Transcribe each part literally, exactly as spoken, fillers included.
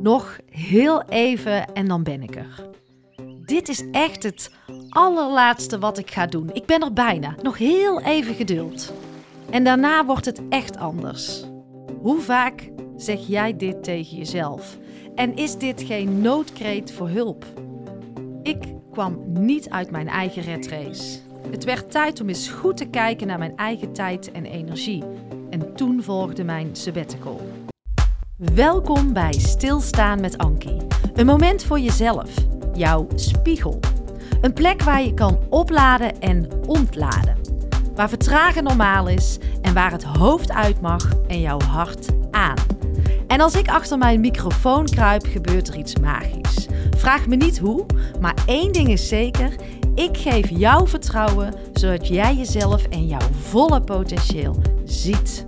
Nog heel even en dan ben ik er. Dit is echt het allerlaatste wat ik ga doen. Ik ben er bijna. Nog heel even geduld. En daarna wordt het echt anders. Hoe vaak zeg jij dit tegen jezelf? En is dit geen noodkreet voor hulp? Ik kwam niet uit mijn eigen red race. Het werd tijd om eens goed te kijken naar mijn eigen tijd en energie. En toen volgde mijn sabbatical. Welkom bij Stilstaan met Ankie. Een moment voor jezelf, jouw spiegel. Een plek waar je kan opladen en ontladen. Waar vertragen normaal is en waar het hoofd uit mag en jouw hart aan. En als ik achter mijn microfoon kruip, gebeurt er iets magisch. Vraag me niet hoe, maar één ding is zeker. Ik geef jou vertrouwen, zodat jij jezelf en jouw volle potentieel ziet.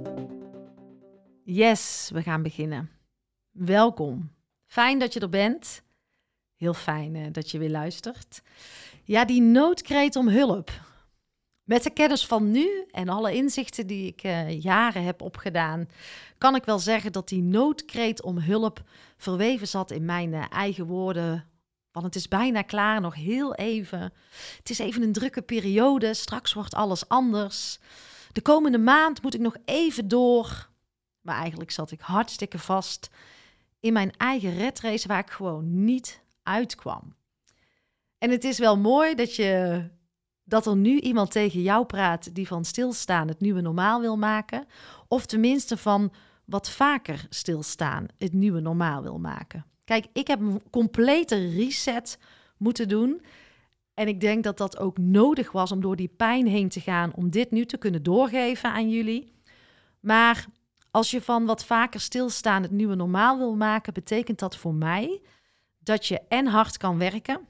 Yes, we gaan beginnen. Welkom. Fijn dat je er bent. Heel fijn uh, dat je weer luistert. Ja, die noodkreet om hulp. Met de kennis van nu en alle inzichten die ik uh, jaren heb opgedaan, kan ik wel zeggen dat die noodkreet om hulp verweven zat in mijn uh, eigen woorden. Want het is bijna klaar, nog heel even. Het is even een drukke periode, straks wordt alles anders. De komende maand moet ik nog even door. Maar eigenlijk zat ik hartstikke vast in mijn eigen red race waar ik gewoon niet uitkwam. En het is wel mooi dat, je, dat er nu iemand tegen jou praat die van stilstaan het nieuwe normaal wil maken. Of tenminste van wat vaker stilstaan het nieuwe normaal wil maken. Kijk, ik heb een complete reset moeten doen. En ik denk dat dat ook nodig was om door die pijn heen te gaan, om dit nu te kunnen doorgeven aan jullie. Maar als je van wat vaker stilstaan het nieuwe normaal wil maken, betekent dat voor mij dat je en hard kan werken,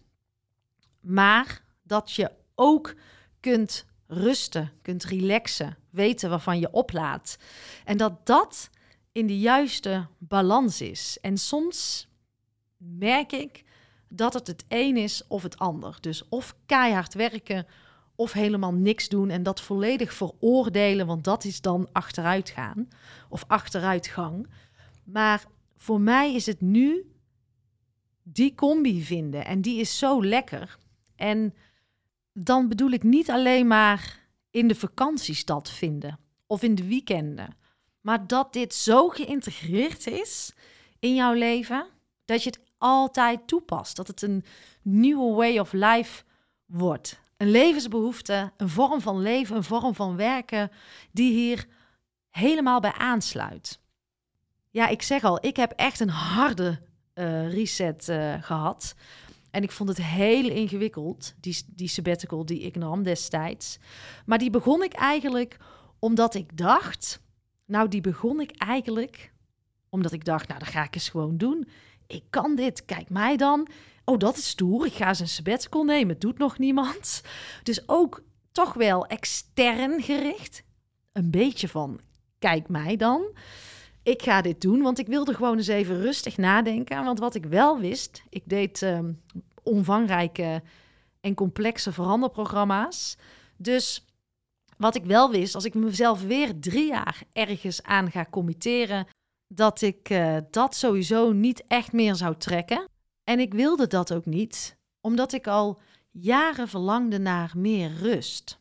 maar dat je ook kunt rusten, kunt relaxen, weten waarvan je oplaadt. En dat dat in de juiste balans is. En soms merk ik dat het het een is of het ander. Dus of keihard werken of helemaal niks doen en dat volledig veroordelen, want dat is dan achteruit gaan of achteruitgang. Maar voor mij is het nu die combi vinden en die is zo lekker. En dan bedoel ik niet alleen maar in de vakantiestad vinden of in de weekenden, maar dat dit zo geïntegreerd is in jouw leven dat je het altijd toepast. Dat het een nieuwe way of life wordt. Een levensbehoefte, een vorm van leven, een vorm van werken die hier helemaal bij aansluit. Ja, ik zeg al, ik heb echt een harde uh, reset uh, gehad. En ik vond het heel ingewikkeld, die, die sabbatical die ik nam destijds. Maar die begon ik eigenlijk omdat ik dacht... Nou, die begon ik eigenlijk omdat ik dacht, nou, dat ga ik eens gewoon doen. Ik kan dit, kijk mij dan. Oh, dat is stoer, ik ga eens een sabbatical nemen, het doet nog niemand. Dus ook toch wel extern gericht. Een beetje van, kijk mij dan. Ik ga dit doen, want ik wilde gewoon eens even rustig nadenken. Want wat ik wel wist, ik deed um, omvangrijke en complexe veranderprogramma's. Dus wat ik wel wist, als ik mezelf weer drie jaar ergens aan ga committeren, dat ik uh, dat sowieso niet echt meer zou trekken. En ik wilde dat ook niet, omdat ik al jaren verlangde naar meer rust.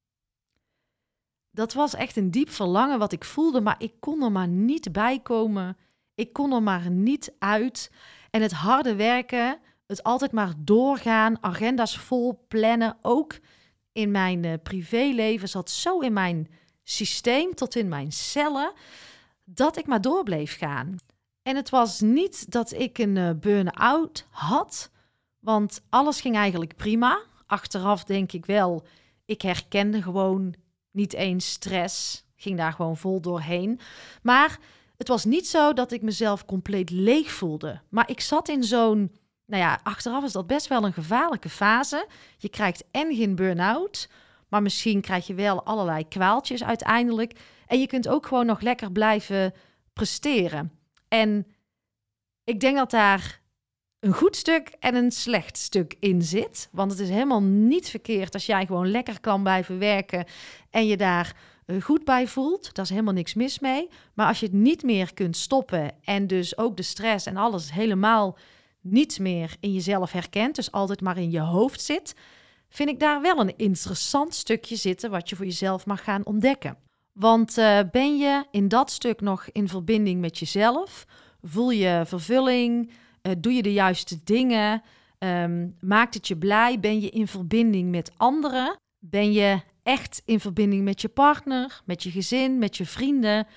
Dat was echt een diep verlangen wat ik voelde, maar ik kon er maar niet bij komen. Ik kon er maar niet uit. En het harde werken, het altijd maar doorgaan, agenda's vol plannen, ook in mijn uh, privéleven zat zo in mijn systeem, tot in mijn cellen, dat ik maar door bleef gaan. En het was niet dat ik een uh, burn-out had, want alles ging eigenlijk prima. Achteraf denk ik wel, ik herkende gewoon niet eens stress, ging daar gewoon vol doorheen. Maar het was niet zo dat ik mezelf compleet leeg voelde. Maar ik zat in zo'n, nou ja, achteraf is dat best wel een gevaarlijke fase. Je krijgt en geen burn-out, maar misschien krijg je wel allerlei kwaaltjes uiteindelijk. En je kunt ook gewoon nog lekker blijven presteren. En ik denk dat daar een goed stuk en een slecht stuk in zit. Want het is helemaal niet verkeerd als jij gewoon lekker kan blijven werken en je daar uh, goed bij voelt, daar is helemaal niks mis mee. Maar als je het niet meer kunt stoppen en dus ook de stress en alles helemaal niet meer in jezelf herkent, dus altijd maar in je hoofd zit, vind ik daar wel een interessant stukje zitten wat je voor jezelf mag gaan ontdekken. Want uh, ben je in dat stuk nog in verbinding met jezelf? Voel je vervulling? Uh, doe je de juiste dingen? Um, maakt het je blij? Ben je in verbinding met anderen? Ben je echt in verbinding met je partner, met je gezin, met je vrienden?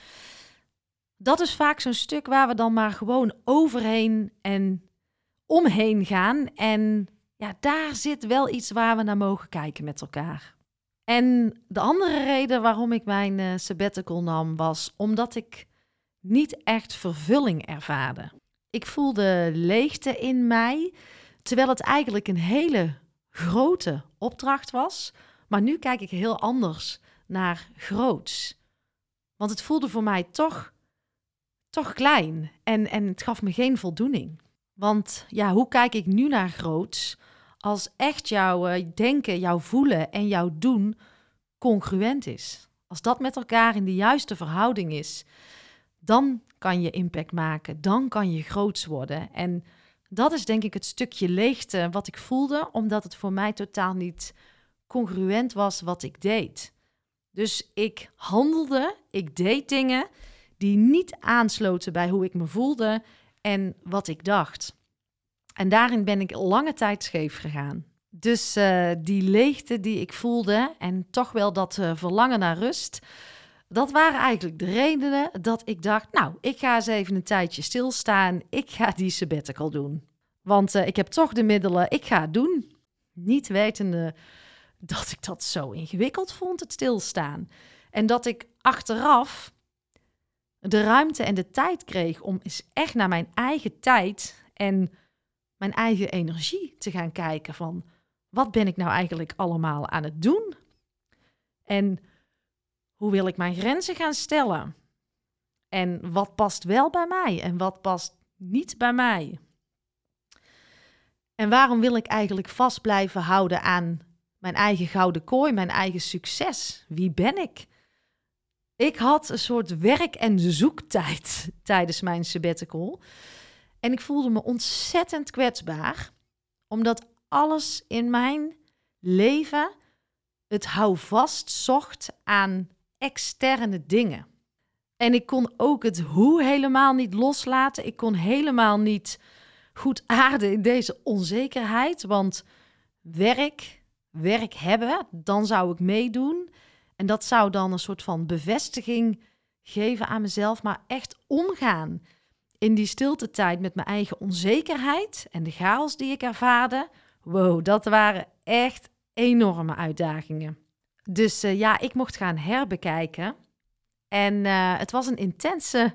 Dat is vaak zo'n stuk waar we dan maar gewoon overheen en omheen gaan. En ja, daar zit wel iets waar we naar mogen kijken met elkaar. En de andere reden waarom ik mijn uh, sabbatical nam was omdat ik niet echt vervulling ervaarde. Ik voelde leegte in mij, terwijl het eigenlijk een hele grote opdracht was. Maar nu kijk ik heel anders naar groots. Want het voelde voor mij toch, toch klein en, en het gaf me geen voldoening. Want ja, hoe kijk ik nu naar groots als echt jouw uh, denken, jouw voelen en jouw doen congruent is? Als dat met elkaar in de juiste verhouding is, dan kan je impact maken, dan kan je groots worden. En dat is denk ik het stukje leegte wat ik voelde, omdat het voor mij totaal niet congruent was wat ik deed. Dus ik handelde, ik deed dingen die niet aansloten bij hoe ik me voelde en wat ik dacht. En daarin ben ik lange tijd scheef gegaan. Dus uh, die leegte die ik voelde en toch wel dat uh, verlangen naar rust, dat waren eigenlijk de redenen dat ik dacht, nou, ik ga eens even een tijdje stilstaan. Ik ga die sabbatical doen. Want uh, ik heb toch de middelen, ik ga het doen. Niet wetende dat ik dat zo ingewikkeld vond, het stilstaan. En dat ik achteraf de ruimte en de tijd kreeg om eens echt naar mijn eigen tijd en mijn eigen energie te gaan kijken van, wat ben ik nou eigenlijk allemaal aan het doen? En hoe wil ik mijn grenzen gaan stellen? En wat past wel bij mij en wat past niet bij mij? En waarom wil ik eigenlijk vast blijven houden aan mijn eigen gouden kooi, mijn eigen succes? Wie ben ik? Ik had een soort werk- en zoektijd tijdens mijn sabbatical. En ik voelde me ontzettend kwetsbaar, omdat alles in mijn leven het houvast zocht aan externe dingen. En ik kon ook het hoe helemaal niet loslaten. Ik kon helemaal niet goed aarden in deze onzekerheid, want werk, werk hebben, dan zou ik meedoen. En dat zou dan een soort van bevestiging geven aan mezelf, maar echt omgaan in die stiltetijd met mijn eigen onzekerheid en de chaos die ik ervaarde. Wow, dat waren echt enorme uitdagingen. Dus uh, ja, ik mocht gaan herbekijken. En uh, het was een intense,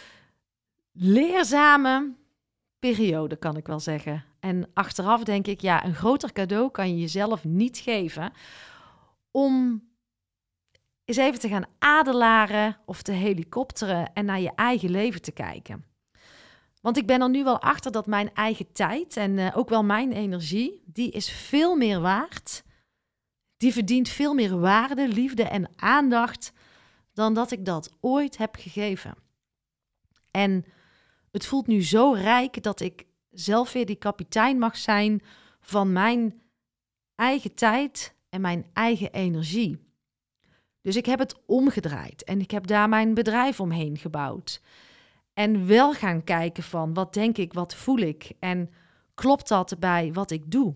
leerzame periode, kan ik wel zeggen. En achteraf denk ik, ja, een groter cadeau kan je jezelf niet geven om eens even te gaan adelaren of te helikopteren en naar je eigen leven te kijken. Want ik ben er nu wel achter dat mijn eigen tijd en uh, ook wel mijn energie, die is veel meer waard. Die verdient veel meer waarde, liefde en aandacht dan dat ik dat ooit heb gegeven. En het voelt nu zo rijk dat ik zelf weer die kapitein mag zijn van mijn eigen tijd en mijn eigen energie. Dus ik heb het omgedraaid en ik heb daar mijn bedrijf omheen gebouwd. En wel gaan kijken van, wat denk ik, wat voel ik en klopt dat bij wat ik doe?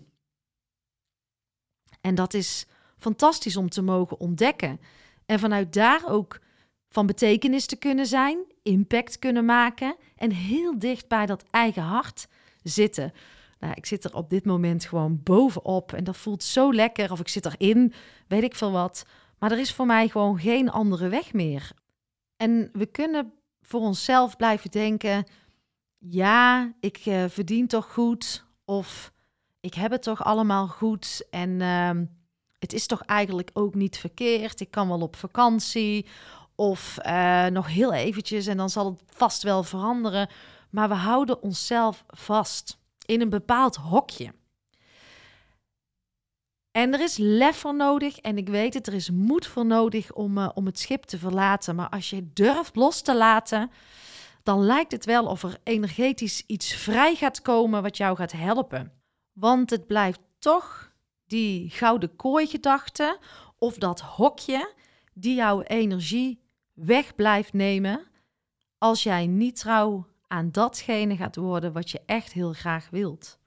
En dat is fantastisch om te mogen ontdekken. En vanuit daar ook van betekenis te kunnen zijn, impact kunnen maken en heel dicht bij dat eigen hart zitten. Nou, ik zit er op dit moment gewoon bovenop en dat voelt zo lekker. Of ik zit erin, weet ik veel wat. Maar er is voor mij gewoon geen andere weg meer. En we kunnen voor onszelf blijven denken, ja, ik uh, verdien toch goed of ik heb het toch allemaal goed en uh, het is toch eigenlijk ook niet verkeerd. Ik kan wel op vakantie of uh, nog heel eventjes en dan zal het vast wel veranderen. Maar we houden onszelf vast in een bepaald hokje. En er is lef voor nodig en ik weet het, er is moed voor nodig om, uh, om het schip te verlaten. Maar als je durft los te laten, dan lijkt het wel of er energetisch iets vrij gaat komen wat jou gaat helpen. Want het blijft toch die gouden kooi-gedachte of dat hokje die jouw energie weg blijft nemen als jij niet trouw aan datgene gaat worden wat je echt heel graag wilt.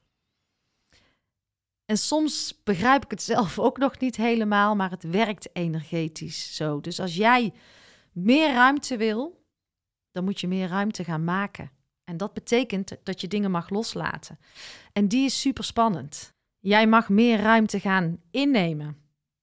En soms begrijp ik het zelf ook nog niet helemaal, maar het werkt energetisch zo. Dus als jij meer ruimte wil, dan moet je meer ruimte gaan maken. En dat betekent dat je dingen mag loslaten. En die is super spannend. Jij mag meer ruimte gaan innemen.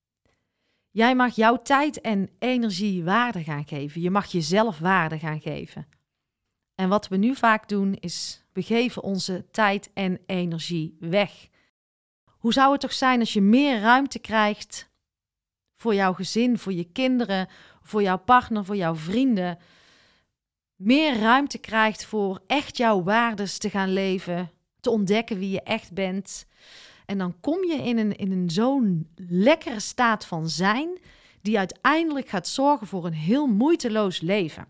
Jij mag jouw tijd en energie waarde gaan geven. Je mag jezelf waarde gaan geven. En wat we nu vaak doen is, we geven onze tijd en energie weg. Hoe zou het toch zijn als je meer ruimte krijgt voor jouw gezin, voor je kinderen, voor jouw partner, voor jouw vrienden. Meer ruimte krijgt voor echt jouw waardes te gaan leven, te ontdekken wie je echt bent. En dan kom je in een, in een zo'n lekkere staat van zijn, die uiteindelijk gaat zorgen voor een heel moeiteloos leven.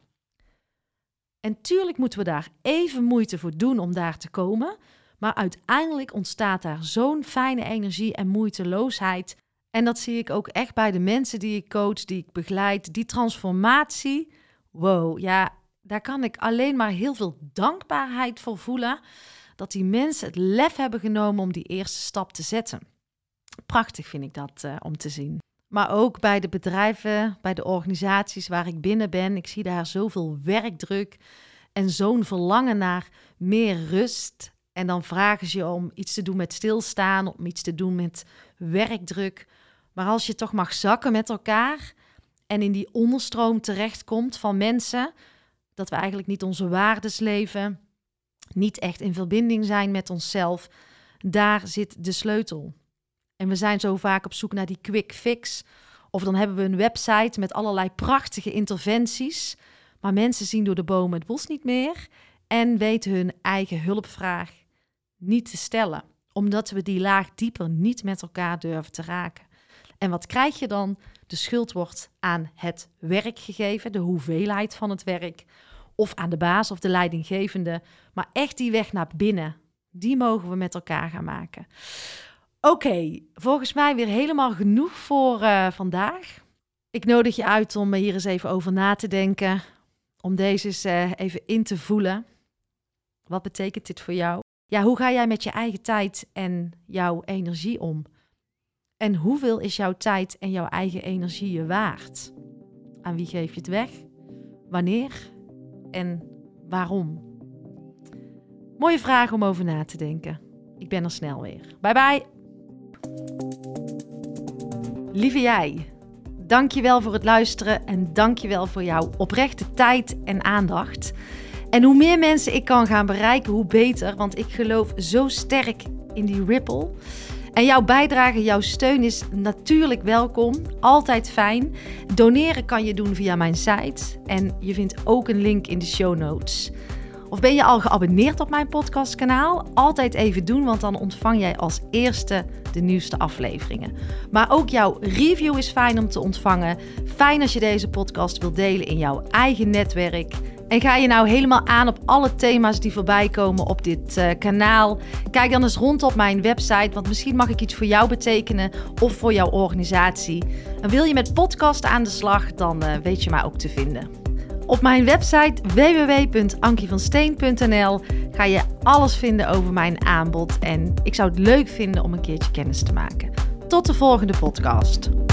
En tuurlijk moeten we daar even moeite voor doen om daar te komen, maar uiteindelijk ontstaat daar zo'n fijne energie en moeiteloosheid. En dat zie ik ook echt bij de mensen die ik coach, die ik begeleid. Die transformatie, wow, ja, daar kan ik alleen maar heel veel dankbaarheid voor voelen. Dat die mensen het lef hebben genomen om die eerste stap te zetten. Prachtig vind ik dat uh, om te zien. Maar ook bij de bedrijven, bij de organisaties waar ik binnen ben. Ik zie daar zoveel werkdruk en zo'n verlangen naar meer rust. En dan vragen ze je om iets te doen met stilstaan, om iets te doen met werkdruk. Maar als je toch mag zakken met elkaar en in die onderstroom terechtkomt van mensen, dat we eigenlijk niet onze waardes leven, niet echt in verbinding zijn met onszelf, daar zit de sleutel. En we zijn zo vaak op zoek naar die quick fix. Of dan hebben we een website met allerlei prachtige interventies, maar mensen zien door de bomen het bos niet meer en weten hun eigen hulpvraag niet te stellen, omdat we die laag dieper niet met elkaar durven te raken. En wat krijg je dan? De schuld wordt aan het werk gegeven, de hoeveelheid van het werk, of aan de baas of de leidinggevende. Maar echt die weg naar binnen, die mogen we met elkaar gaan maken. Oké, okay, volgens mij weer helemaal genoeg voor uh, vandaag. Ik nodig je uit om hier eens even over na te denken, om deze eens uh, even in te voelen. Wat betekent dit voor jou? Ja, hoe ga jij met je eigen tijd en jouw energie om? En hoeveel is jouw tijd en jouw eigen energie je waard? Aan wie geef je het weg? Wanneer? En waarom? Mooie vraag om over na te denken. Ik ben er snel weer. Bye bye! Lieve jij, dank je wel voor het luisteren en dank je wel voor jouw oprechte tijd en aandacht. En hoe meer mensen ik kan gaan bereiken, hoe beter. Want ik geloof zo sterk in die ripple. En jouw bijdrage, jouw steun is natuurlijk welkom. Altijd fijn. Doneren kan je doen via mijn site. En je vindt ook een link in de show notes. Of ben je al geabonneerd op mijn podcastkanaal? Altijd even doen, want dan ontvang jij als eerste de nieuwste afleveringen. Maar ook jouw review is fijn om te ontvangen. Fijn als je deze podcast wilt delen in jouw eigen netwerk. En ga je nou helemaal aan op alle thema's die voorbij komen op dit uh, kanaal? Kijk dan eens rond op mijn website, want misschien mag ik iets voor jou betekenen of voor jouw organisatie. En wil je met podcast aan de slag, dan uh, weet je mij ook te vinden. Op mijn website w w w punt ankie van steen punt n l ga je alles vinden over mijn aanbod. En ik zou het leuk vinden om een keertje kennis te maken. Tot de volgende podcast.